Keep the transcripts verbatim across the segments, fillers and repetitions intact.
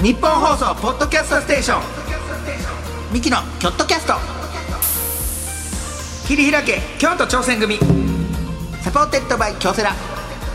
日本放送ポッドキャストステーションミキのキョットキャスト。切り開け京都挑戦組サポーテッドバイ京セラ。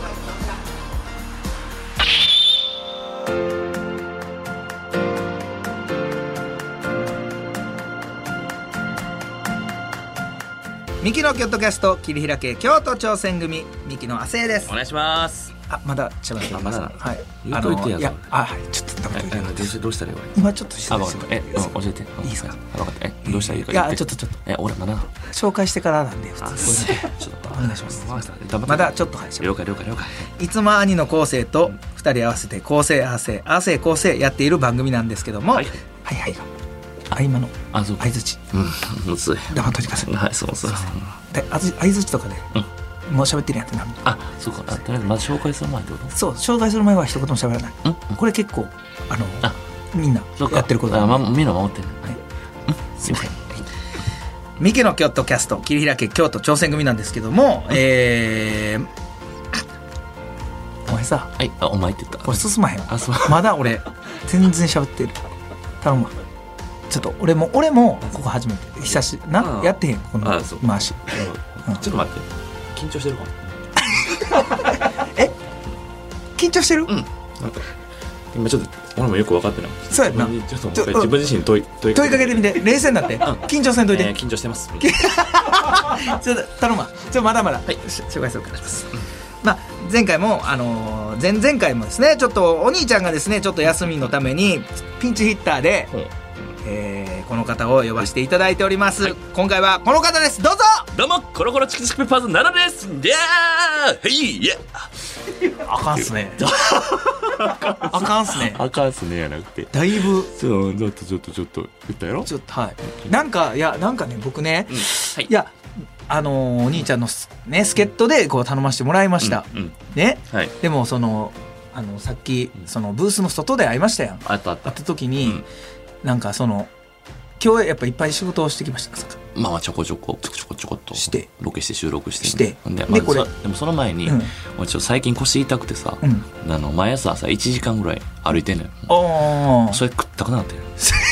ミキのキョットキャスト切り開け京都挑戦組ミキの亜生です。 お願いします。 あ、まだ喋ってます。 まだはい。 言うといてや。 いや、あ、はい。ちょっと黙ってください。 どうしどうしたらいい？ 今ちょっと失礼します。 え、教えて。 いいですか？ 分かった。え、どうしたらいいかい言って。 や、ちょっとちょっと。 え、俺まだ紹介してからなんで普あ、 通。 ちょっとお願いします。 まだまだちょっとはい。 了解了解了解。 いつも兄の昴生と二人合わせて昴生亜生亜生昴生やっている番組なんですけども、 はいはいはい。あ、今のあ、そう。 相づち。 うん、むずい。 黙っといてください。 はい、そうそう。 で、相づちとかでもう喋ってるやんってなる。 あ、そうか。とりあえずまず紹介する前ってこと？ そう、紹介する前は一言も喋らない。これ結構あのみんなやってること。 あ、まみんな守ってる。 はい。すいません。ミキの京都キャスト切り開け京都挑戦組なんですけども、えー、お前さ、 はい、あ、お前って言った。 これ進まへん。 あ、そう。 まだ俺全然喋ってる。頼むわ。ちょっと俺も俺もここ初めて久しなやってへんこの回し。 ちょっと待って。緊張してるかも。 え？緊張してる？ うん。なんか今ちょっと俺もよく分かってない。 そうやな。 ちょっともう一回自分自身に問い問い問いかけてみて。冷静になって。緊張せんといて。 えー、緊張してます。 ちょっと頼むわ。ちょっとまだまだ。はい。紹介するから。まあ前回もあのー、前々回もですね、ちょっとお兄ちゃんがですねちょっと休みのためにピンチヒッターで、えー、この方を呼ばせていただいております。はい、今回はこの方です。どうぞ。 どうもコロコロチキチキペッパーズ奈良です。いやー、はい、いや。 あかんっすね。あかんっすね。 あかんっすねやなくて。 だいぶ。 そう、ちょっとちょっとちょっと言ったやろ。 ちょっとはい。なんかいやなんかね僕ね、うん、はい、いやあのー、お兄ちゃんのね助っ人でこう頼ませてもらいました。うんうん、ね、はい。でもそのあのさっきそのブースの外で会いましたやん。 あったあった。 会った時に、うん、なんかその今日やっぱいっぱい仕事をしてきました。 まあまあちょこちょこちょこちょこちょこっとしてロケして収録してしてで、まあ、でこれでもその前に、うん、俺ちょっと最近腰痛くてさ、うん、あの毎朝さいちじかんぐらい歩いてんのよ。ああそれ食ったくなってる。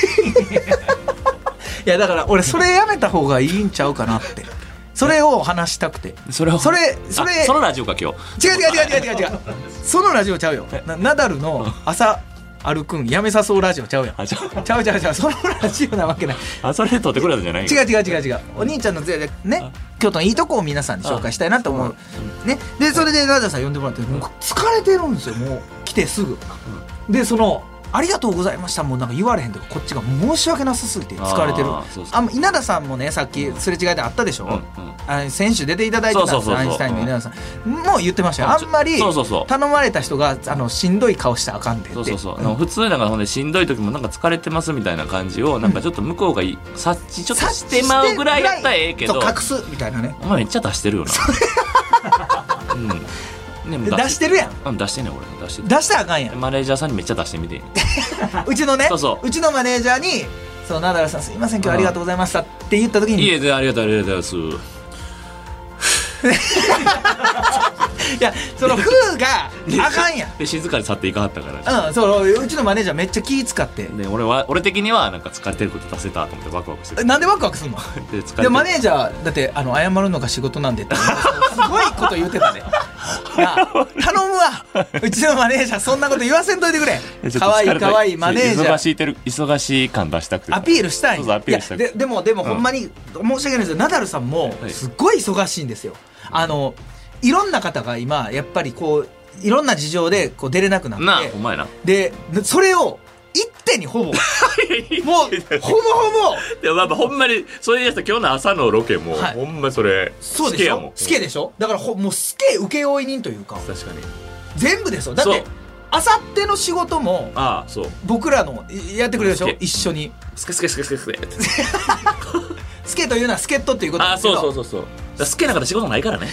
いやだから俺それやめた方がいいんちゃうかなってそれを話したくてそれをそれそれそのラジオか今日。 違う違う違う違う違う違うそのラジオちゃうよ。なナダルの朝歩くんやめさそうラジオちゃうやん。ちゃうちゃうちゃうちゃうそのラジオなわけない。 あそれで撮ってくれたんじゃない？ 違う違う違う違うお兄ちゃんのぜね京都のいいとこを皆さんに紹介したいなと思うね。でそれでナダルさん呼んでもらってもう疲れてるんですよ。もう来てすぐでそのありがとうございましたもうなんか言われへんとかこっちが申し訳なさすぎて疲れてる。ああ稲田さんもねさっきすれ違いであったでしょ、うんうん、あ先週出ていただいてたんですよ。アインシュタインの稲田さんもう言ってましたよ。あんまり頼まれた人があのしんどい顔したらあかんでって。 そうそうそう、うん、普通なんかほんでしんどい時もなんか疲れてますみたいな感じをなんかちょっと向こうが察知ちょっとしてまうぐらいやったらええけど隠すみたいなね。 お前めっちゃ出してるよな。うんね、 出してるやん。 うん、出してんねん俺出して出したらあかんやん。 マネージャーさんにめっちゃ出してみてうちのねそうそううちのマネージャーにそうナダルさんすいません今日ありがとうございましたって言った時にいえでありがとうありがとうございますいやその風があかんやん。 で静かに去っていかはったからうんそううちのマネージャーめっちゃ気使ってで俺は俺的にはなんか疲れてること出せたと思ってワクワクしてる。 なんでワクワクすんの？で疲れてでマネージャーだってあの謝るのが仕事なんでってすごいこと言ってたね。な頼むわうちのマネージャーそんなこと言わせんといてくれ。かわいいかわいいマネージャー忙しいてる忙しい感出したくてアピールしたい。 そうそうアピールしたくていやででもでもほんまに申し訳ないですよ。ナダルさんもすっごい忙しいんですよ。あのいろんな方が今やっぱりこういろんな事情でこう出れなくなってなお前なでそれを一手にほぼもうほぼほぼでもやっぱほんまにそれでやった今日の朝のロケも、はい、ほんまそれそうでしょスケでしょ。だからほもうスケ請負人というか確かに全部ですよ。だってあさっての仕事もああそう僕らのやってくれるでしょ一緒にスケスケスケスケスケスケというのは助っ人っていうことですけどあそうそうそうそうスケなかった仕事ないからね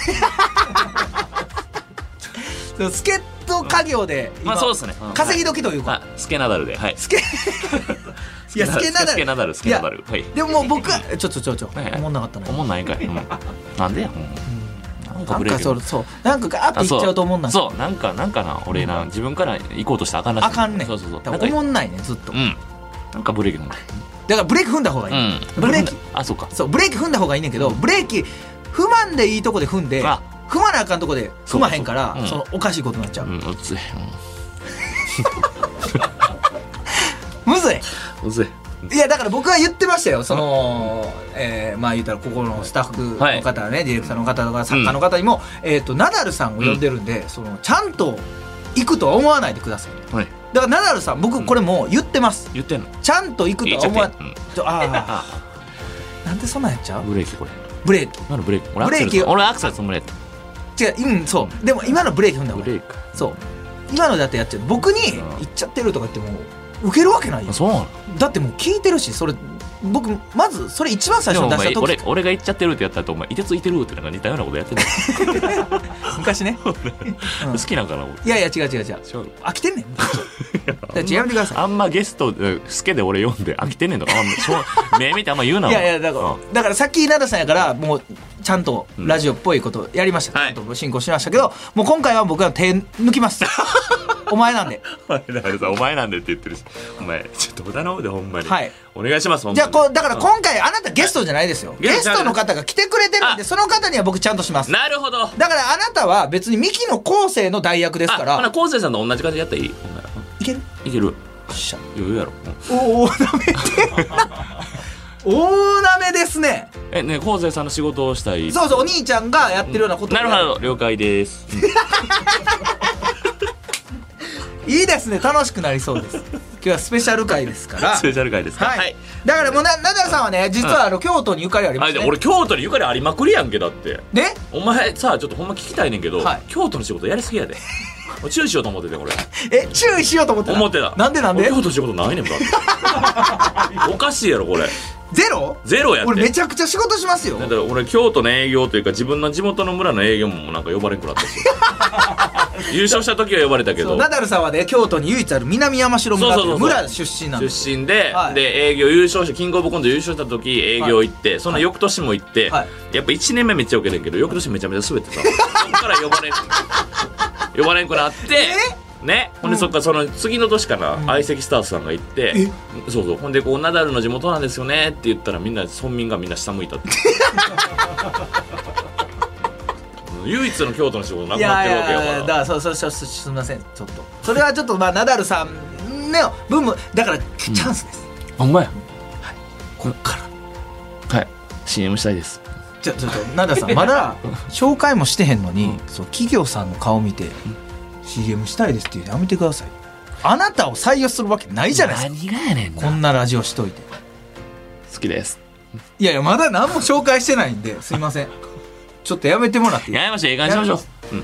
助っ人家業で今、まあそうですね、うん、稼ぎ時というか、 はい、スケナダルではいスケいやスケナダルスケナダルスケナダルはいでももう僕はちょっとちょちょちょ、はいはい、思んなかったね思んないんかい、うん、なんでや、うん、 なんかブレーキそうそうなんかガーッていっちゃうと思うんだそうなんかなんかな俺な、うん、自分から行こうとしたらあかんらしい。 あかんねん。 そうそうそうなんか思んないねずっと、 うん、なんかブレーキ踏んだ。 だからブレーキ踏んだ方がいい、うん、ブレーキあそうかそうブレーキ踏んだ方がいいねんけど、ブレーキ踏まんでいいとこで踏んで踏まなあかんとこで踏まへんから そ, そ, そのおかしいことになっちゃう。うん、うつい、うん、むずいむずい。 いやだから僕は言ってましたよその、えー、まあ言ったらここのスタッフの方ね、はい、ディレクターの方とか作家の方にも、うん、えーとナダルさんを呼んでるんで、うん、そのちゃんと行くとは思わないでください、はい、だからナダルさん僕これもう言ってます、うん、 言ってんのちゃんと行くとは思わない、うん、ああなんでそんなんやっちゃう。 ブレーキこれブレーキ今のブレーキ俺ブレーキ俺アクセルつもりやった違ううんそうでも今のブレーキ踏んだ方がいい。そう今のだってやっちゃう僕に行っちゃってるとか言っても受けるわけないよ。 そうなのだってもう聞いてるしそれ僕まずそれ一番最初に出した時俺, 俺が言っちゃってるってやったらお前いてついてるってなんか似たようなことやってる昔ね、うん、 好きなんかな。 いやいや違う違う違う飽きてんねんやめてください。 あんまゲスト好きで俺読んで飽きてんねんとか目見てあんま言うな。 いやいやだから、うん、だからさっきナダさんやからもうちゃんとラジオっぽいことやりました、うん、ちゃんと進行しましたけど、はい、もう今回は僕は手抜きますお前なんでだからさお前なんでって言ってるしお前ちょっと頼むでほんまに、はい、お願いします。 じゃあこうだから今回あなたゲストじゃないですよ。ゲストの方が来てくれてるんでその方には僕ちゃんとします。 なるほど。 だからあなたは別にミキの昴生の代役ですから。 あ昴生さんと同じ感じでやったらいい。 いけるいける。よっしゃ余裕やろ。 おおなめて大なめですね。 えね昴生さんの仕事をしたい。 そうそうお兄ちゃんがやってるようなこと、うん、 なるほど了解ですいいですね楽しくなりそうです。今日はスペシャル回ですからスペシャル回ですか、 はいはい、だからもうナダルさんはね実はあの、うん、京都にゆかりありますね。 俺京都にゆかりありまくりやんけ。だってねお前さちょっとほんま聞きたいねんけど、はい、京都の仕事やりすぎやで注意しようと思っててこれえ注意しようと思ってた思ってた。 なんでなんで京都の仕事ないねんだっておかしいやろこれ。 ゼロゼロやって。 俺めちゃくちゃ仕事しますよ。 だから俺京都の営業というか自分の地元の村の営業もなんか呼ばれんくなったし優勝した時は呼ばれたけどナダルさんはね京都に唯一ある南山城村っていう村出身なんです出身で、はい、で営業優勝してキングオブコント優勝した時営業行って、はい、その翌年も行って、はい、やっぱいちねんめめっちゃ受けてんけど翌年めちゃめちゃ滑ってたそっから呼ばれん呼ばれんくなってね、ほんでそっからその次の年かな、うん、相席スタートさんが行ってそうそうほんでこうナダルの地元なんですよねって言ったらみんな村民がみんな下向いたって唯一の京都の仕事なくなってるわけやから。いやいやだからそうそうそうすみませんちょっとそれはちょっとまあナダルさんの部分だからチャンスです、 うん、ほんまや、 はい、こっからはい シーエム したいです。 ちょちょっとナダルさんまだ紹介もしてへんのに、うん、そう企業さんの顔見て、うんシーエム したいですって言うのやめてください。あなたを採用するわけないじゃないですか。 何がやねんな。 こんなラジオしといて好きです。 いやいやまだ何も紹介してないんですいませんちょっとやめてもらっていい。 やめましょうええ感じしましょう、うん、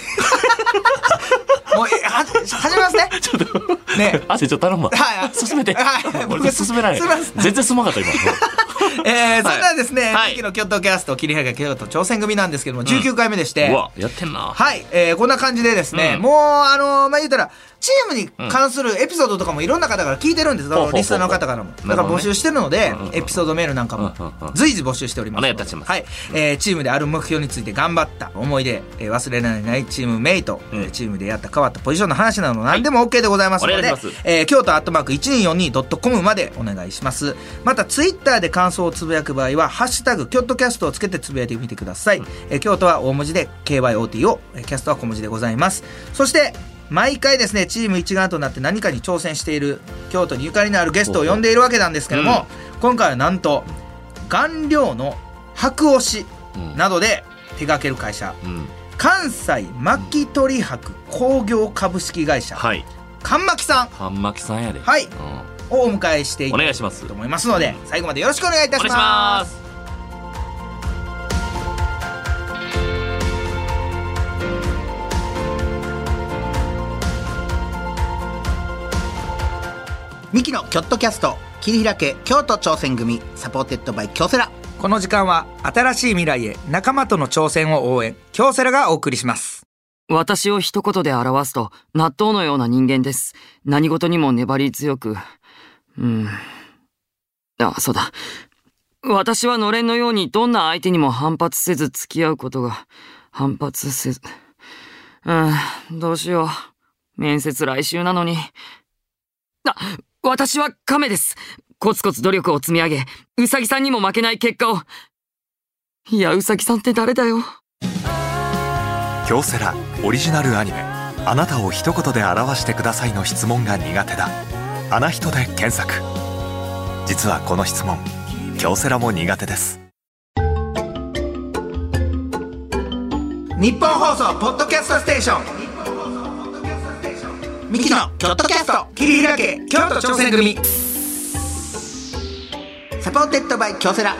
もうえは始めますねちょっとね汗ちょっと頼むわはい進めてはい俺進められない全然進まなかった今えー、そんなですね、はい、ミキの京都キャスト切り上げ京都挑戦組なんですけどもじゅうきゅうかいめでして、 うん、うわやってんなはい、えー、こんな感じでですね、うん、もうあのー、まあ言うたらチームに関するエピソードとかもいろんな方から聞いてるんです、うん、リスナーの方からもだから募集してるので、ね、エピソードメールなんかも随時募集しております。 お願いいたします。 はい、えー、チームである目標について頑張った思い出、えー、忘れられないチームメイト、うん、チームでやった変わったポジションの話など何でも OK でございますので、はい、えー、京都アットマーク いちにーよんにードットコム までお願いします。またツイッターで感想をつぶやく場合はハッシュタグ京都キャストをつけてつぶやいてみてください、うん、えー、京都は大文字で ケーワイオーティー を、キャストは小文字でございます。そして毎回ですねチーム一丸となって何かに挑戦している京都にゆかりのあるゲストを呼んでいるわけなんですけども、うん、今回はなんと顔料の箔押しなどで手掛ける会社、うん、関西巻取箔工業株式会社、はい、関巻さん関巻さんやで、 はい、うん、をお迎えしていきたいと思いますので最後までよろしくお願いいたします。ミキのキョットキャスト切り開け京都挑戦組サポーテッドバイ京セラ。この時間は新しい未来へ仲間との挑戦を応援京セラがお送りします。 私を一言で表すと納豆のような人間です。何事にも粘り強く、うんあそうだ私はのれんのようにどんな相手にも反発せず付き合うことが反発せず。うん、どうしよう。面接来週なのに。あ、私は亀です。コツコツ努力を積み上げ、うさぎさんにも負けない結果を。いや、うさぎさんって誰だよ。 京セラオリジナルアニメ「あなたを一言で表してください」の質問が苦手だ。あな人で検索。実はこの質問、京セラも苦手です。 日本放送ポッドキャストステーションミキのキョットキャスト切り開け京都挑戦組サポーテッドバイ京セラ。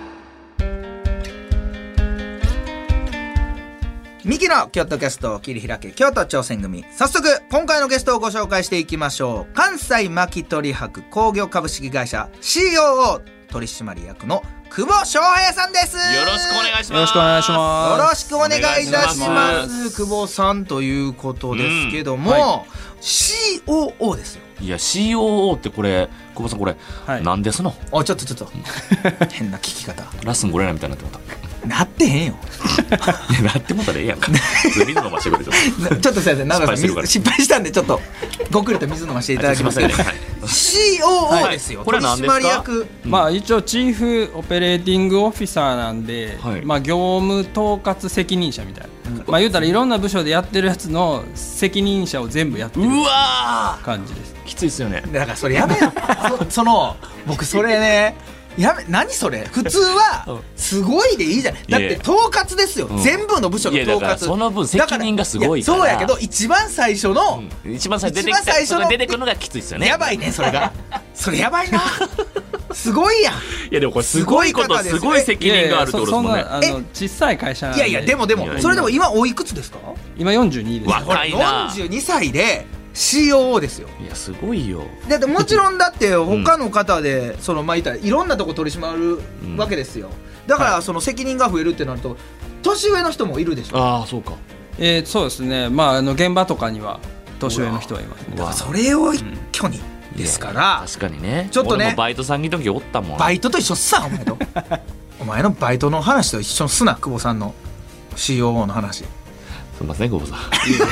ミキの京都キャスト切り開け京都挑戦組、早速今回のゲストをご紹介していきましょう。関西巻取博工業株式会社 シーオーオー 取締役の久保翔平さんです。よろしくお願いします。 よろしくお願いします。 よろしくお願いいたします。久保さんということですけども、うんはい、シーオーオー ですよ。 いや シーオーオー ってこれ久保さんこれ、はい、何ですの？ あ、ちょっとちょっと変な聞き方。 ラッスンゴレラみたいになってもた。 なってへんよ。 いやなってもたらええやんか。水飲ましてくれちょっと。 ちょっと先生、長さん失敗したんでちょっとごくりと水飲ましていただきます。ね、はい、シーオーオー ですよ。はい、これ何ですか？取締役。 まあ一応チーフオペレーティングオフィサーなんで、はい、まあ業務統括責任者みたいな。まあ言うたらいろんな部署でやってるやつの責任者を全部やってる感じです。 きついですよね。 だからそれやめよ。そ, その僕それね。やめ何それ普通はすごいでいいじゃない。だって統括ですよ、うん、全部の部署の統括。いやだからその分責任がすごいから。 そうやけど一番最初の、 うん、一番最初出てきた最初の出てくるのがきついですよね。 やばいねそれが。それやばいな。すごいやん。いやでもこれすごいことすごい責任があるってことですもんね。 あの小さい会社なんで。 いやいやでもでもそれでも今おいくつですか？ 今よんじゅうにです。 若いな。 よんじゅうにさいでシーオーオー ですよ。 いやすごいよ。 だってもちろんだって他の方で、うん、そのまあいたらいろんなとこ取り締まるわけですよ。だからその責任が増えるってなると年上の人もいるでしょ。 ああそうか。 えー、そうですね。まああの現場とかには年上の人はいます、ね。 だからそれを一挙にですから。 確かにね。 ちょっとね。 俺もバイトさんに時おったもん。 バイトと一緒っすなお前と。お前のバイトの話と一緒にすな久保さんの シーオーオー の話。 すみません久保さん。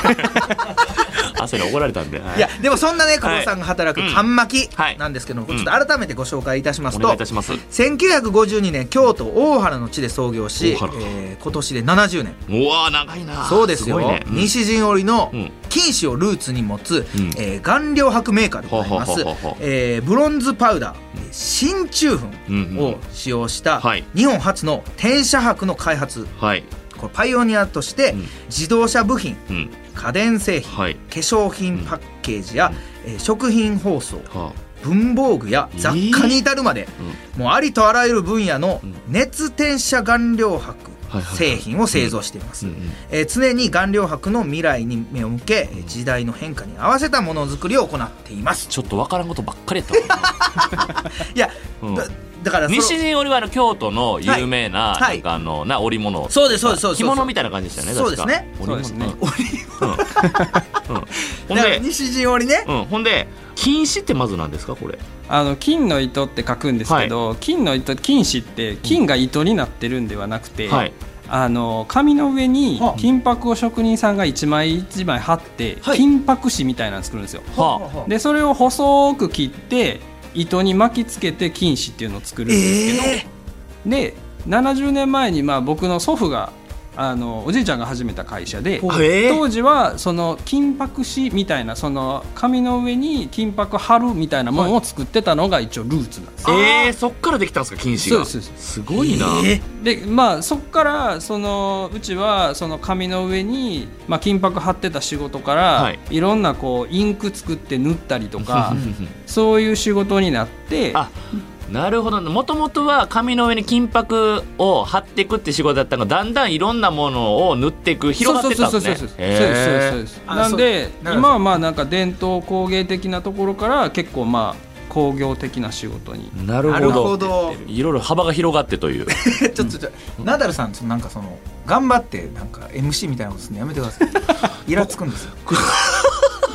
朝に怒られたんで、はい、 いやでもそんなね久保さんが働くパン巻きなんですけども、はい、ちょっと改めてご紹介いたしますと、 お願いいたします。 せんきゅうひゃくごじゅうにねん京都大原の地で創業し、えー、今年でななじゅうねん。うわ長いな。 そうですよ。 すね、うん、 西陣織の金糸をルーツに持つ、うんえー、顔料白メーカーでございます。えー、ブロンズパウダー真鍮粉を使用した日本初の転写箔の開発、はいこれパイオニアとして自動車部品、うん、家電製品、はい、化粧品パッケージや、うんえー、食品包装、はあ、文房具や雑貨に至るまで、えー、もうありとあらゆる分野の熱転写顔料箔製品を製造しています。常に顔料箔の未来に目を向け時代の変化に合わせたものづくりを行っています。 ちょっと分からんことばっかりやったいや、うんだから西陣織はの京都の有名な、はい、なんかあのな織物、 そうですそうですそうです着物みたいな感じでしたよね。 そうですね。 そうですね。 織物。ほんで西陣織ね。 うん。ほんで金糸ってまず何ですかこれ？ あの金の糸って書くんですけど、はい、金の糸金糸って金が糸になってるんではなくて。はいあの紙の上に金箔を職人さんが一枚一枚貼って、はい、金箔紙みたいなの作るんですよ。はあ、でそれを細く切って糸に巻きつけて金糸っていうのを作るんですけど、えー、でななじゅうねんまえにまあ僕の祖父があのおじいちゃんが始めた会社で、えー、当時はその金箔紙みたいなその紙の上に金箔貼るみたいなものを作ってたのが一応ルーツなんです。 えー、そっからできたんですか金糸が。そうです。すごいな。 えー、でまあそっからそのうちはその紙の上に、まあ、金箔貼ってた仕事から、はい、いろんなこうインク作って塗ったりとかそういう仕事になって。 あなるほど。もともとは紙の上に金箔を貼っていくって仕事だったのがだんだんいろんなものを塗っていく広がってたんですね。そうです。なんで今はまあなんか伝統工芸的なところから結構まあ工業的な仕事に。 なるほど。いろいろ幅が広がってというちょっとちょっとナダルさんなんかその頑張ってなんか エムシー みたいなことするのやめてください。イラつくんですよ。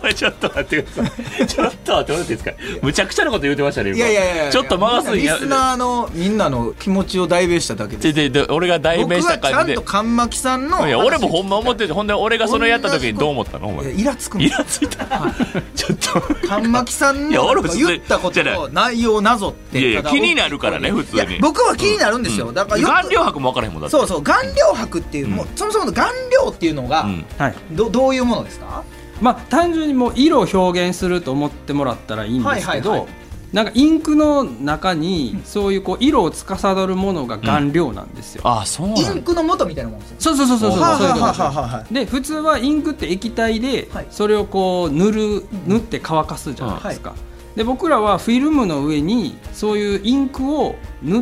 ちょっと待ってくださいちょっと待ってもらっていいですか。むちゃくちゃなこと言ってましたね。 いやいやいやちょっと回すんや。 リスナーのみんなの気持ちを代弁しただけです。 ででで俺が代弁した感じで、 僕はちゃんとカンマキさんの、 いや俺もほんま思ってて、ほんで俺がそれやった時にどう思ったのお前。 イラつくの。 イラついたちょっとカンマキさんの言ったことの内容をなぞって、 いやいや気になるからね普通に。 僕は気になるんですよ、だからよく顔料博も分からへんもんだって。 そうそう、顔料博っていう、もうそもそもの顔料っていうのが、 はい、 どどういうものですか。 まあ単純にもう色を表現すると思ってもらったらいいんですけど、なんかインクの中にそういうこう色を司るものが顔料なんですよ。 あ、そうなんだ。 インクの元みたいなもんですよ。 そうそうそうそうそう。 はあはあはあはあ。 で普通はインクって液体でそれをこう塗る塗って乾かすじゃないですか。で僕らはフィルムの上にそういうインクを塗って、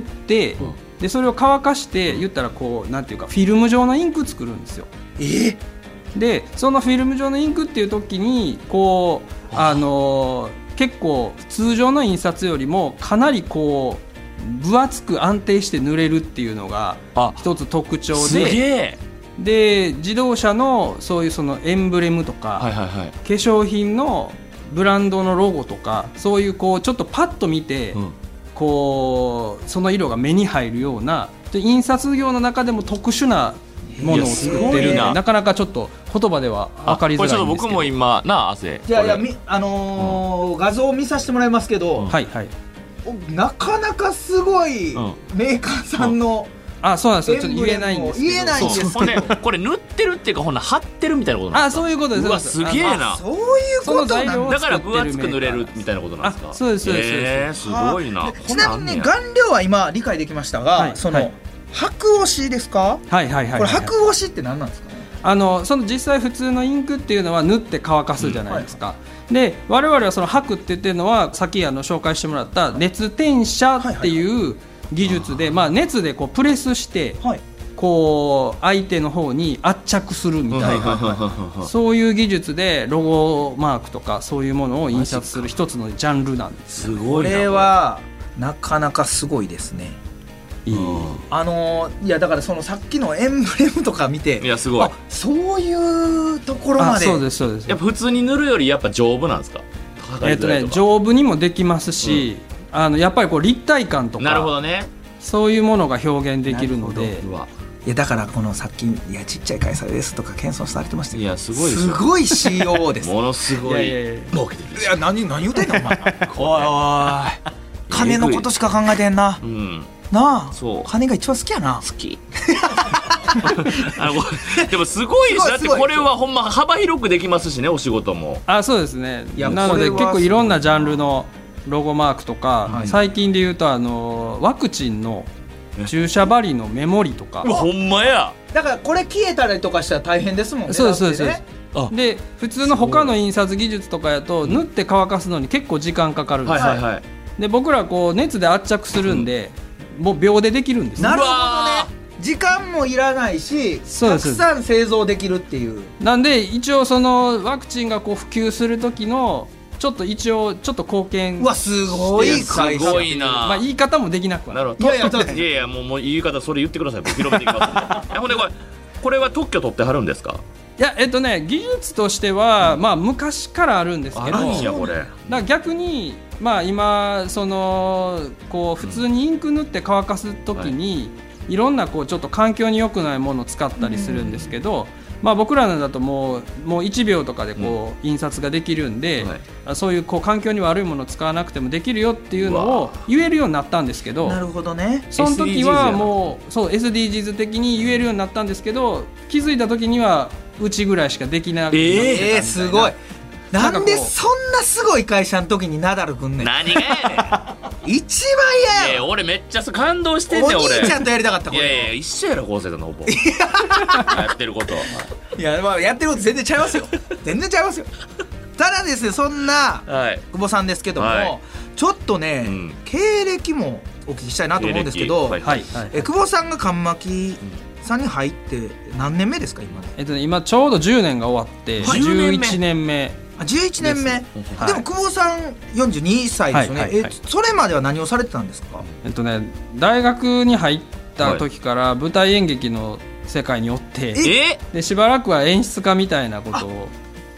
でそれを乾かして言ったらこうなんていうかフィルム状のインク作るんですよ。 えでそのフィルム状のインクっていう時にこうあのー、結構通常の印刷よりもかなりこう分厚く安定して塗れるっていうのが一つ特徴で、 すげえ。 で自動車のそういうそのエンブレムとか、 はいはいはい、 化粧品のブランドのロゴとかそういうこうちょっとパッと見て、うん、こうその色が目に入るような印刷業の中でも特殊なものを作ってるんで、なかなかちょっと言葉では分かりづらいんですけど。これちょっと僕も今な汗じゃあいやみあのーうん、画像を見させてもらいますけど、 うん、はいはい、 なかなかすごいメーカーさんの、 うん、あ、そうなんですよ。ちょっと言えないんですけど。 言えないんですけど。 ほんでこれ塗ってるっていうかほんな貼ってるみたいなことなんですか。 あ、そういうことです。 うわすげえな。 そういうことなんだから分厚く塗れるみたいなことなんですか。 そうですそうです。 えー、すごいな。 ちなみにね顔料は今理解できましたが、はい、その、はい、白押しですか。 はいはいはい、はい、 これ白押しって何なんですかね。 あのその実際普通のインクっていうのは塗って乾かすじゃないですか、うんはい、で我々はその白って言ってるのはさっきあの紹介してもらった熱転写っていう技術で、まあ、熱でこうプレスして、はい、こう相手の方に圧着するみたいなそういう技術でロゴマークとかそういうものを印刷する一つのジャンルなんです。 すごいな。これはなかなかすごいですね。いい、あのー、いやだからそのさっきのエンブレムとか見て、 いやすごい、 あそういうところまで。 そうですそうです。 やっぱ普通に塗るよりやっぱ丈夫なんですか。 えっとね丈夫にもできますし、うん、あのやっぱりこう立体感とか、 なるほどね、 そういうものが表現できるので。 いやだからこのさっきいやちっちゃい会社ですとか謙遜されてましたけど、 いやすごいですすごい シーオー ですものすごい儲けてる。いや何何言うてんのお前おいおい金のことしか考えてんな、うん、なあ、そう金が一番好きやな。 好きあのでもすごいです。だってこれはほんま幅広くできますしね、お仕事も。 あ、そうですね。なので結構いろんなジャンルのロゴマークとか、はい、最近で言うとあのワクチンの注射針のメモリとか。 ほんまや。 だからこれ消えたりとかしたら大変ですもんね。 そうですそうです、ね、で普通の他の印刷技術とかやと縫って乾かすのに結構時間かかるんですよ、はいはいはい、で僕らこう熱で圧着するんで、うん、もう秒でできるんです。 なるほどね。時間もいらないし、たくさん製造できるっていう。 なんで一応そのワクチンがこう普及する時のちょっと一応ちょっと貢献。 うわすごい会社。 すごいな。 まあ言い方もできなくはない。 なるほど。いやいやいやいやもうもう言い方それ言ってください。広めていきます。ほんでこれこれは特許取ってはるんですか。 いやえっとね技術としては、うん、まあ昔からあるんですけど。 あるんやこれ。だから逆にまあ今そのこう普通にインク塗って乾かす時に、うんはい、いろんなこうちょっと環境に良くないものを使ったりするんですけど。うんまあ、僕らのだともう、もういちびょうとかでこう印刷ができるんで、うんはい、そういうこう環境に悪いものを使わなくてもできるよっていうのを言えるようになったんですけど。 なるほどね。 その時はもうそう エスディージーズ 的に言えるようになったんですけど、気づいた時にはうちぐらいしかできなくて、 えー、すごい。なんでそんなすごい会社の時にナダルくんねん。 何がやねん一番嫌や。 いや俺めっちゃ感動してんねん。俺お兄ちゃんとやりたかったこれ。 いやいや一緒やろ昴生とのほぼやってること。 いやまあやってること全然ちゃいますよ。全然ちゃいますよ。ただですねそんな久保さんですけども、はい、ちょっとね、うん、経歴もお聞きしたいなと思うんですけど、はいはい、え久保さんがカンマキさんに入って何年目ですか今で。 えっとね今ちょうどじゅうねんが終わってじゅういちねんめ。 じゅういちねんめ で,、はい、でも久保さんよんじゅうにさいですよね、はいはいはい、えそれまでは何をされてたんですか。 えっとね大学に入った時から舞台演劇の世界におって、はい、でしばらくは演出家みたいなことを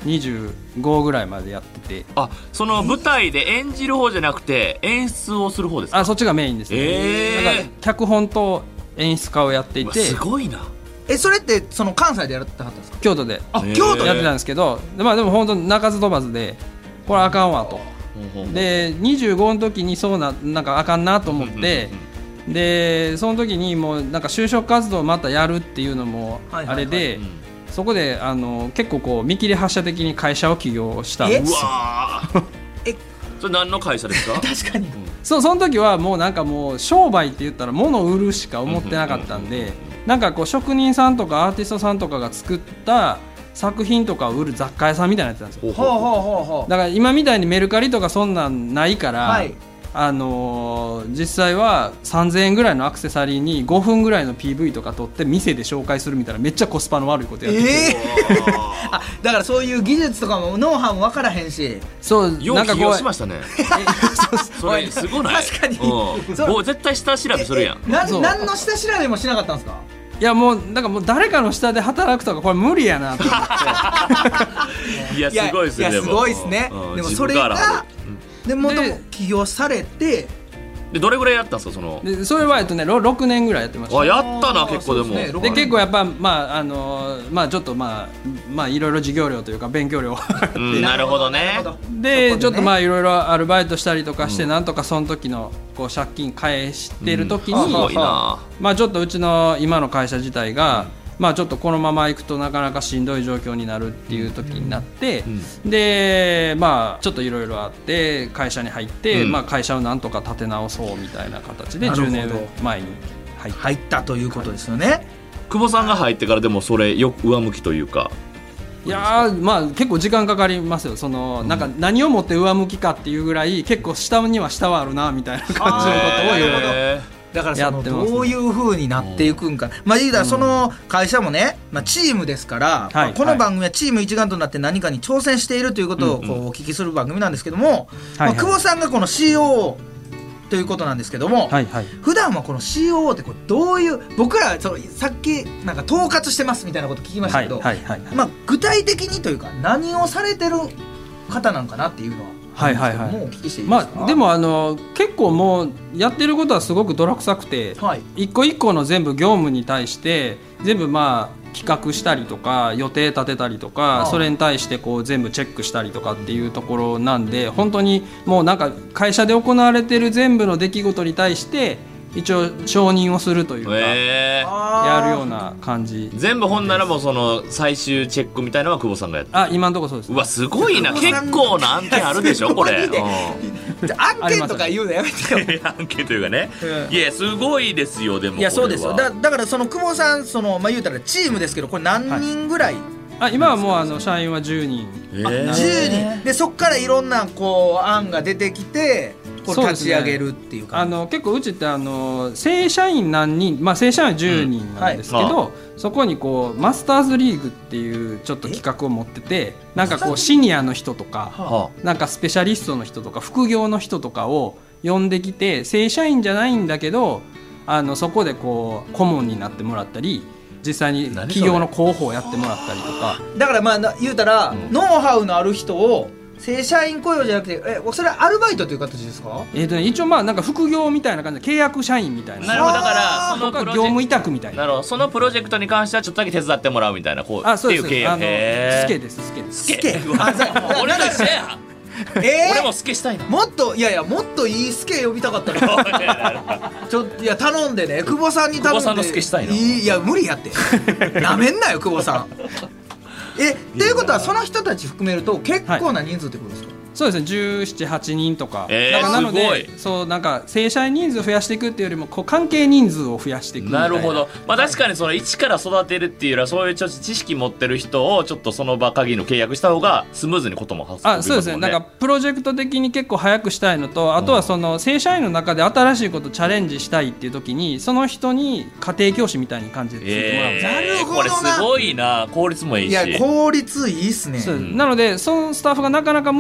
にじゅうごぐらいまでやってて。 あ、その舞台で演じる方じゃなくて演出をする方ですか？ あ、そっちがメインですね。 えー、 だから脚本と演出家をやっていて。 すごいな。 え、それってその関西でやってはったんですか？ 京都で。 あ、京都でやってたんですけど、まあでも本当鳴かず飛ばずでこれあかんわと。でにじゅうごの時にそうな、なんかあかんなと思ってでその時にもうなんか就職活動をまたやるっていうのもあれで、そこであの結構こう見切り発車的に会社を起業したんです。 うわえそれ何の会社ですか？ 確かに、うん、 そ, その時はもうなんかもう商売って言ったら物を売るしか思ってなかったんで、なんかこう職人さんとかアーティストさんとかが作った作品とかを売る雑貨屋さんみたいなやつなんですよ。 ほうほうほうほう。 だから今みたいにメルカリとかそんなんないから、 はい、 あのー、実際はさんぜんえんぐらいのアクセサリーにごふんぐらいの ピーブイ とか撮って店で紹介するみたいなめっちゃコスパの悪いことやってて、 えー、あ、だからそういう技術とかもノウハウも分からへんし、 そうよう起業しましたね。それすごない？ 確かに、 うん、もう絶対下調べするやん。 な何の下調べもしなかったんですか？ いやもうなんかもう誰かの下で働くとかこれ無理やなと思っていやすごいですね。 いやすごいですね。でもそれがでもとも起業されてでどれぐらいやったんですか？そのでそれはえっとねろくねんぐらいやってました。 あ、やったな結構でも。 で, で結構やっぱまああのまあちょっとまあまあいろいろ授業料というか勉強料うん、なるほどね。 で、ね、ちょっとまあいろいろアルバイトしたりとかして、うん、なんとかその時のこう借金返してる時に、うん、まあちょっとうちの今の会社自体が、うんまあ、ちょっとこのままいくとなかなかしんどい状況になるっていう時になって、うん、でまあちょっといろいろあって会社に入って、うんまあ、会社をなんとか立て直そうみたいな形でじゅうねんまえに入った、 入ったということですよね。 久保さんが入ってからでもそれよ上向きというか。 いやまあ結構時間かかりますよ。その、うん、なんか何をもって上向きかっていうぐらい結構下には下はあるなみたいな感じのことを言うほど。 だからそのどういう風になっていくんか、まあ言うたらその会社もね、まあ、チームですから、まあ、この番組はチーム一丸となって何かに挑戦しているということをこうお聞きする番組なんですけども、まあ、久保さんがこの シーオーオー ということなんですけども、はいはい、普段はこの シーオーオー ってこうどういう僕らそのさっきなんか統括してますみたいなこと聞きましたけど、まあ具体的にというか何をされてる方なんかなっていうのははいはいはい、もうお聞きしていいですか？ まあ、でもあの結構もうやってることはすごくどらくさくて、はい、一個一個の全部業務に対して全部まあ企画したりとか予定立てたりとか、それに対してこう全部チェックしたりとかっていうところなんで、本当にもうなんか会社で行われてる全部の出来事に対して一応承認をするというか、えー、やるような感じ。 全部本ならもうその最終チェックみたいなのは久保さんがやってる。 あ、今のところそうです。 うわすごいな、結構な案件あるでしょこれ。うん、 案件とか言うのやめてよ。 案件というかね、うん、いやすごいですよ。でもいやそうですよ。 だ, だからその久保さんその、まあ、言うたらチームですけどこれ何人ぐらい、はい、 あ今はもうあの社員はじゅうにん、 えー、じゅうにんでそこからいろんなこう案が出てきてこれ立ち上げるっていうか、 ね、あの結構うちってあの正社員何人、まあ、正社員はじゅうにんなんですけど、うんはい、そこにこうマスターズリーグっていうちょっと企画を持ってて、なんかこうシニアの人とかなんかスペシャリストの人とか副業の人とかを呼んできて、正社員じゃないんだけどあのそこでこう顧問になってもらったり実際に企業の広報をやってもらったりとか。 だからまあ言うたら、うん、ノウハウのある人を正社員雇用じゃなくて、えそれはアルバイトという形ですか？ えーとね、一応まあなんか副業みたいな感じで契約社員みたいな。 なるほど。だからそのプロジェクト業務委託みたいな。 なるほど。そのプロジェクトに関してはちょっとだけ手伝ってもらうみたいなこうあそうです。 っていう契約。 あのスケですスケです。 スケ。俺と一緒や。えー、俺もスケしたいな。 もっといやいやもっといいスケ呼びたかったらちょいや頼んでね、久保さんに頼んで。 久保さんのスケしたいな。 いや無理やってなめんなよ久保さん。えっていうことはその人たち含めると結構な人数ってことですか？はい、 そうですね、じゅうなな、はちにんとか、 えー、 だからなのすごい。 でそうなんか正社員人数を増やしていくっていうよりもこう関係人数を増やしていくみたいな。 なるほど、まあ、確かにその一から育てるっていうよりはそういうちょっと知識持ってる人をちょっとその場限りの契約した方がスムーズにことも発生する、ね、 あそうですね、なんかプロジェクト的に結構早くしたいのと、あとはその正社員の中で新しいことチャレンジしたいっていう時にその人に家庭教師みたいな感じでついてもらう、えー、 なるほどな。 これすごいな、効率もいいし。 いや効率いいっすね。 そう、うん、なのでそのスタッフがなかなか難しか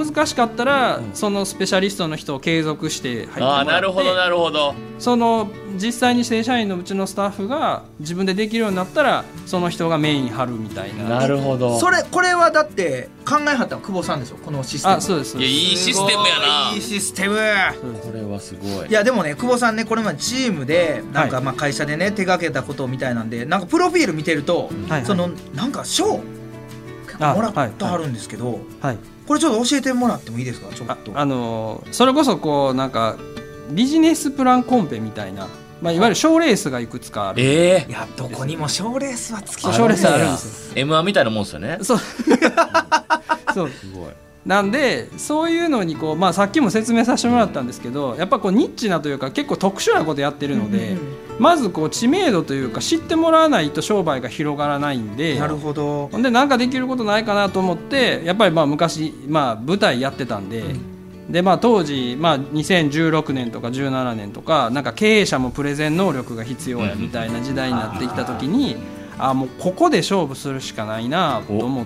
ったら、うん、そのスペシャリストの人を継続して入ってもらって、 あ、なるほどなるほど、 その実際に正社員のうちのスタッフが自分でできるようになったらその人がメイン張るみたいな。 なるほど。 それこれはだって考えはったの久保さんでしょ、このシステム。 あ、そうです。 いや、いいシステムやな。 いいシステム。 これはすごい。 いやでもね、久保さんね、これまでチームでなんかまあ会社でね、はい、手掛けたことみたいなんで、なんかプロフィール見てると、はいはい、そのなんか賞結構もらってあるんですけど、はいはい、これちょっと教えてもらってもいいですか。ちょっと あ, あのー、それこそこうなんかビジネスプランコンペみたいな、まあ、いわゆる賞レースがいくつかある。 えー、いやどこにも賞レースはつきます。 賞レースあるんですよ。 エムワン みたいなもんですよね。 そうそうすごい。なんでそういうのにこう、まあ、さっきも説明させてもらったんですけど、やっぱこうニッチなというか結構特殊なことやってるので、うんうん、まずこう知名度というか知ってもらわないと商売が広がらないんで。 なるほど。 でなんかできることないかなと思って、やっぱりまあ昔、まあ、舞台やってたんで、うんでまあ、当時、まあ、にせんじゅうろくねんとかじゅうななねんとか、なんか経営者もプレゼン能力が必要やみたいな時代になってきた時に、あもうここで勝負するしかないなと思って、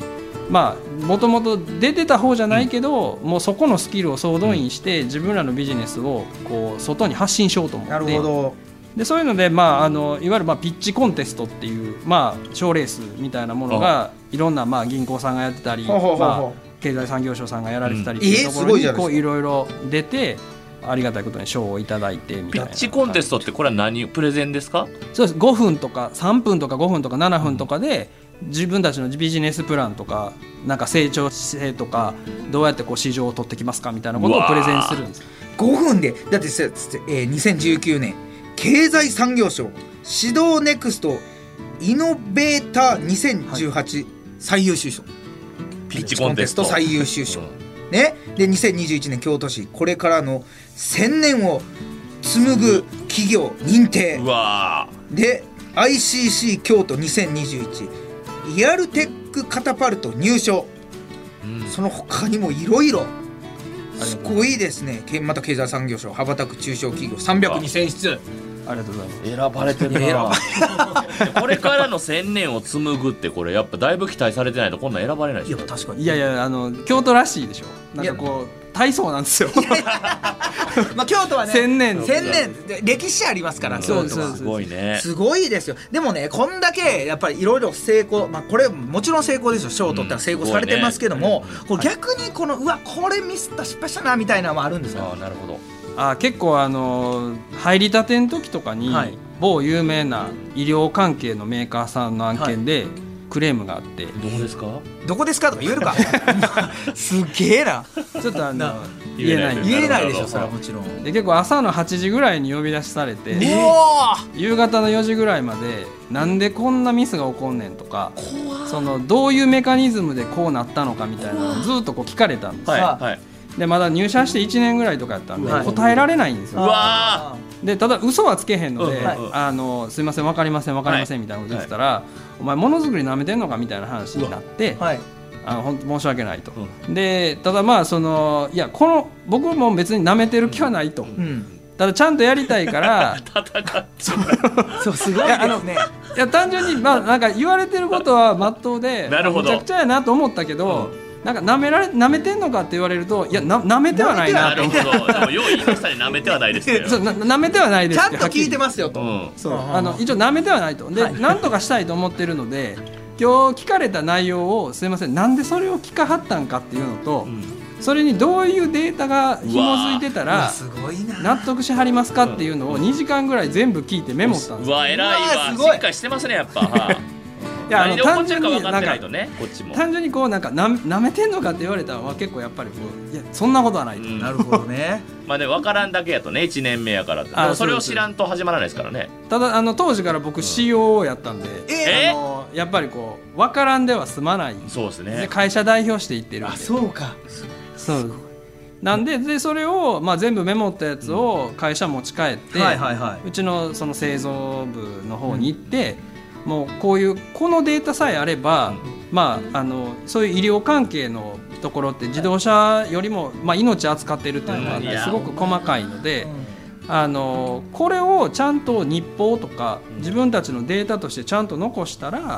まあもともと出てた方じゃないけど、うん、もうそこのスキルを総動員して自分らのビジネスをこう外に発信しようと思って。 なるほど。 でそういうので、まあ、あのいわゆるまあピッチコンテストっていう、まあ、賞レースみたいなものがいろんなまあ銀行さんがやってたり、まあ、経済産業省さんがやられてたりっていうところにこういろいろ出て、ありがたいことに賞をいただいてみたいな。 ピッチコンテストってこれは何プレゼンですか。 そうです。ごふんとかさんぷんとかごふんとかななふんとかで自分たちのビジネスプランとかなんか成長性とかどうやってこう市場を取ってきますかみたいなことをプレゼンするんです。 ごふんでだって、えー、にせんじゅうきゅうねん経済産業省指導ネクストイノベーターにせんじゅうはち、はい、最優秀賞、ピッチコンテスト最優秀賞、ね、でにせんにじゅういちねん京都市これからのせんねんを紡ぐ企業認定、 うわで アイシーシー 京都にせんにじゅういちリアルテックカタパルト入賞、うん、その他にもいろいろすごいですね。また経済産業省羽ばたく中小企業さんびゃくに選出。 ありがとうございます。 選ばれてるなこれからの千年を紡ぐってこれやっぱだいぶ期待されてないとこんなん選ばれないでしょ。 いや確かに。 いやいやあの京都らしいでしょ。なんかこう体操なんですよまあ京都はね千年千年歴史ありますから、うん、京都はすごいね。 すごいですよ。でもねこんだけやっぱりいろいろ成功、まあこれもちろん成功ですよ。賞を取ったら成功されてますけども、うんね、これ逆にこのうわこれミスった失敗したなみたいなのもあるんですよ。 あなるほど。 あ結構あの入りたての時とかに、はい、某有名な医療関係のメーカーさんの案件でクレームがあって、はい、 どこですかどこですかとか言えるかすげえな。 ちょっとあの言えない言えないでしょそれはもちろん。 で結構朝のはちじぐらいに呼び出しされて、夕方のよじぐらいまでなんでこんなミスが起こんねんとか、そのどういうメカニズムでこうなったのかみたいなのをずっとこう聞かれたんです、はいはい、でまだ入社していちねんぐらいとかやったんで、はい、答えられないんですよ。 うわでただ嘘はつけへんので、 うんはい、 あのすいません分かりません分かりませんみたいなこと言ってたら、はい、お前ものづくりなめてんのかみたいな話になって、はい、あのほんと申し訳ないと、うん、でただまあそのいやこの僕も別になめてる気はないと、うん、ただちゃんとやりたいからそうすごいですね。 いや単純にまあなんか言われてることは真っ当でなるほどめちゃくちゃやなと思ったけど、うんなんか舐められ舐めてんのかって言われるといやな舐めてはないなと。 なるほど。でもよう言いましたね。舐めてはないですけど。 そうな舐めてはないです。 ちゃんと聞いてますよと。 うん、 そうあの一応舐めてはないと。で、はい、なんとかしたいと思ってるので今日聞かれた内容をすいませんなんでそれを聞かはったんかっていうのと、うん、それにどういうデータが紐づいてたら納得しはりますかっていうのをにじかんぐらい全部聞いてメモったんです。 うわ偉いわ。しっかりしてますねやっぱ。いやあの単純になんか単純にこうなんかな舐めてんのかって言われたのは結構やっぱりこういやそんなことはないと、うん、 なるほどねまあね分からんだけやとねいちねんめやからってでもそれを知らんと始まらないですからね。 ただあの当時から僕 シーオーオー やったんで、うんえー、あのやっぱりこう分からんでは済まない。 そうですね。 で会社代表していってるんで。 あそうかそうなんで、でそれを、まあ、全部メモったやつを会社持ち帰って、うんはいはいはい、うちのその製造部の方に行って、うんもうこういうこのデータさえあれば、まあ、あのそういう医療関係のところって自動車よりも、まあ、命扱ってるっていうのがあってすごく細かいのであのこれをちゃんと日報とか自分たちのデータとしてちゃんと残したら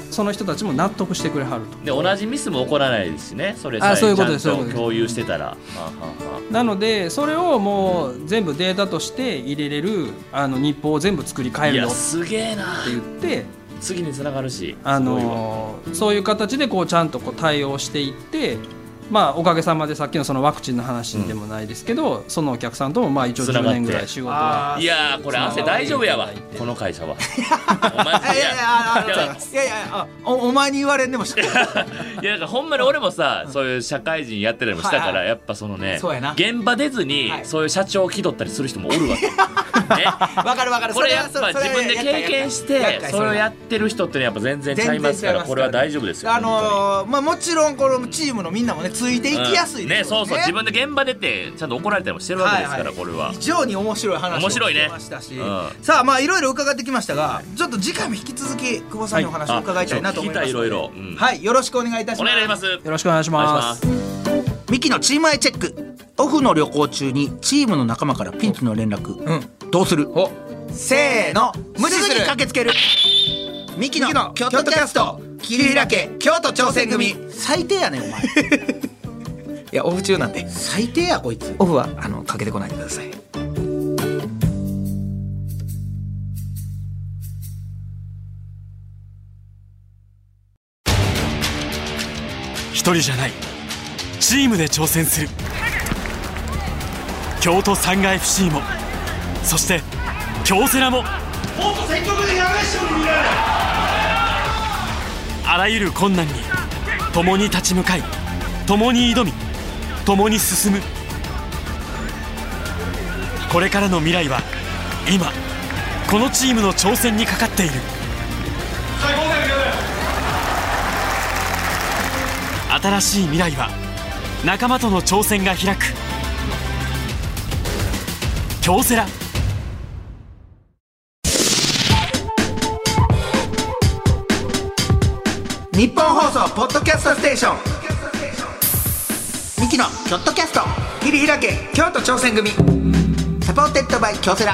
その人たちも納得してくれはると。 で同じミスも起こらないですしね、それさえちゃんと共有してたら。 なのでそれをもう全部データとして入れれるあの日報を全部作り変えるよって言って次につながるし、 あのそういう形でこうちゃんとこう対応していって、まあ、おかげさまでさっきのそのワクチンの話でもないですけど、うん、そそのお客さんともまあ一応じゅうねんぐらい仕事は。 いやーこれ汗大丈夫やわこの会社は。 お前いやいやいやいやおお前に言われんでもしたいやなんかほんまに俺もさ、うん、そういう社会人やってたりもしたから、はいはい、やっぱそのね現場出ずに、はい、そういう社長を気取ったりする人もおるわけ。ね、 わかるわかる。 これやっぱ自分で経験してそれをやってる人ってやっぱ全然ちゃいますから、これは大丈夫ですよ。 あのー、まあもちろんこのチームのみんなもねついていきやすいですよね。うん、ねそうそう自分で現場出てちゃんと怒られたりもしてるわけですから、はいはい、これは非常に面白い話をしてましたし、ねうん、さあまあいろいろ伺ってきましたが、ちょっと次回も引き続き久保さんにお話を伺いたいなと思います。 いろいろはいよろしくお願いいたします。 お願いします。よろしくお願いします。 ミキのチームアイチェック。オフの旅行中にチームの仲間からピンチの連絡、うん、どうする？せーの無視する。駆けつける。ミキの京都キャスト切り開け京都挑戦組。最低やねんお前。いやオフ中なんで最低やこいつ。オフはあのかけてこないでください。 一人じゃない、チームで挑戦する京都サンガ エフシー も、そして京セラももっと積極的なアグレッシブに見られる。あらゆる困難に共に立ち向かい、共に挑み、共に進む。これからの未来は今このチームの挑戦にかかっている。新しい未来は仲間との挑戦が開く。京セラ。 日本放送ポッドキャストステーションミキのキョットキャスト切り開け京都挑戦組サポーテッドバイ京セラ。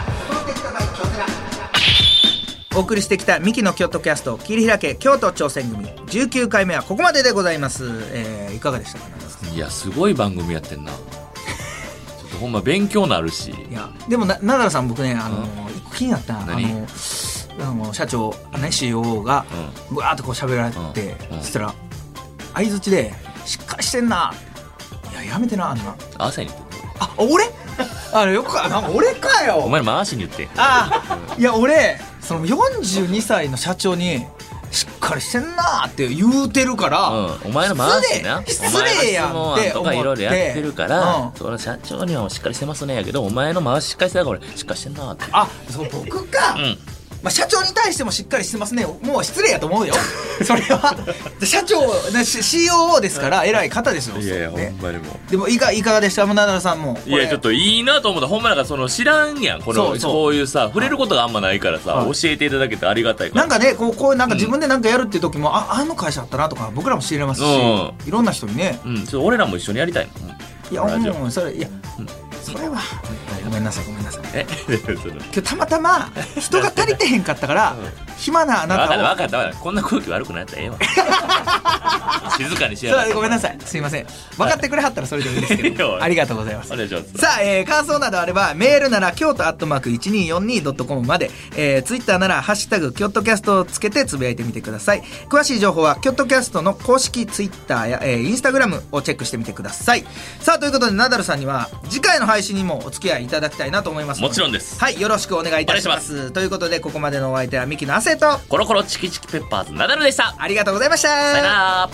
お送りしてきたミキのキョットキャスト切り開け京都挑戦組じゅうきゅうかいめはここまででございます。えー、いかがでしたか？ いやすごい番組やってんな。ちょっとほんま勉強になるし。いやでもなナダルさん僕ねあの一個気になったあのあの社長、ね、シーオー がぶわーっとこう喋られて、うんうん、そしたら相づちでしっかりしてんな。いややめてなあんな。 朝に言って。 あ俺あれよくなんか俺かよ。 お前回しに言って。 あいや俺そのよんじゅうにさいの社長にしっかりしてんなって言うてるから、うん、 お前の回しな失礼やんって思ってとかいろいろやってるから、うん、その社長にはしっかりしてますねやけどお前の回ししっかりしてたから俺しっかりしてんなって。 あそう僕か、うんまあ、社長に対してもしっかりしてますね。もう失礼やと思うよそれは社長、ね、シーオーオー ですから偉い方ですよ。 いやいや、ね、ほんまにもでもいか, いかがでしたナダルさんも。 いやちょっといいなと思ったほんまなんかその知らんやんこのそうそうこういうさ触れることがあんまないからさ、はい、教えていただけてありがたいから。 なんかねこうこうなんか自分でなんかやるっていう時も、うん、ああの会社あったなとか僕らも知れますし、うん、いろんな人にね、 うん、ちょ俺らも一緒にやりたいの、うん、 いやもうそれいや、うんそれはごめんなさいごめんなさい。え今日たまたま人が足りてへんかったから、うん、暇なあなたを分かった分かった分かったこんな空気悪くなったらええわ静かにしやがって。 ごめんなさいすいません分かってくれはったらそれでいいんですけどありがとうございます。 お願いします。 さあ、えー、感想などあればメールなら京都アットマーク いちにーよんにードットコム まで、えー、ツイッターならハッシュタグ京都キャストをつけてつぶやいてみてください。詳しい情報は京都キャストの公式ツイッターや、えー、インスタグラムをチェックしてみてください。さあということでナダルさんには次回の配信にもお付き合いいただきたいなと思います。 もちろんです。 はいよろしくお願いいたします。ということでここまでのお相手はミキの亜生とコロコロチキチキペッパーズナダルでした。 ありがとうございました。 さよなら。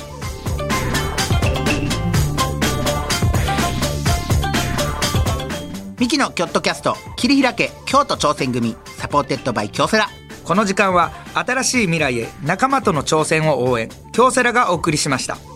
ミキのキョットキャスト切り開け京都挑戦組サポーテッドバイ京セラ。この時間は新しい未来へ仲間との挑戦を応援京セラがお送りしました。